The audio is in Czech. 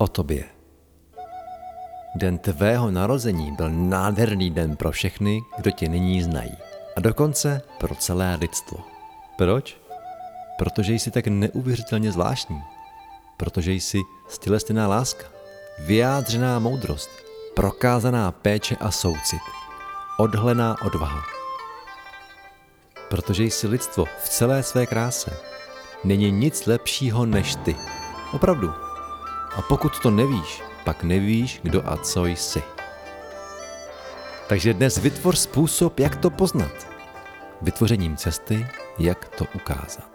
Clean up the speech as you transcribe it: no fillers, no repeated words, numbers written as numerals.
o tobě. Den tvého narození byl nádherný den pro všechny, kdo tě nyní znají. A dokonce pro celé lidstvo. Proč? Protože jsi tak neuvěřitelně zvláštní. Protože jsi stělesněná láska, vyjádřená moudrost, prokázaná péče a soucit, odhalená odvaha. Protože jsi lidstvo v celé své kráse. Není nic lepšího než ty. Opravdu. A pokud to nevíš, pak nevíš, kdo a co jsi. Takže dnes vytvoř způsob, jak to poznat. Vytvořením cesty, jak to ukázat.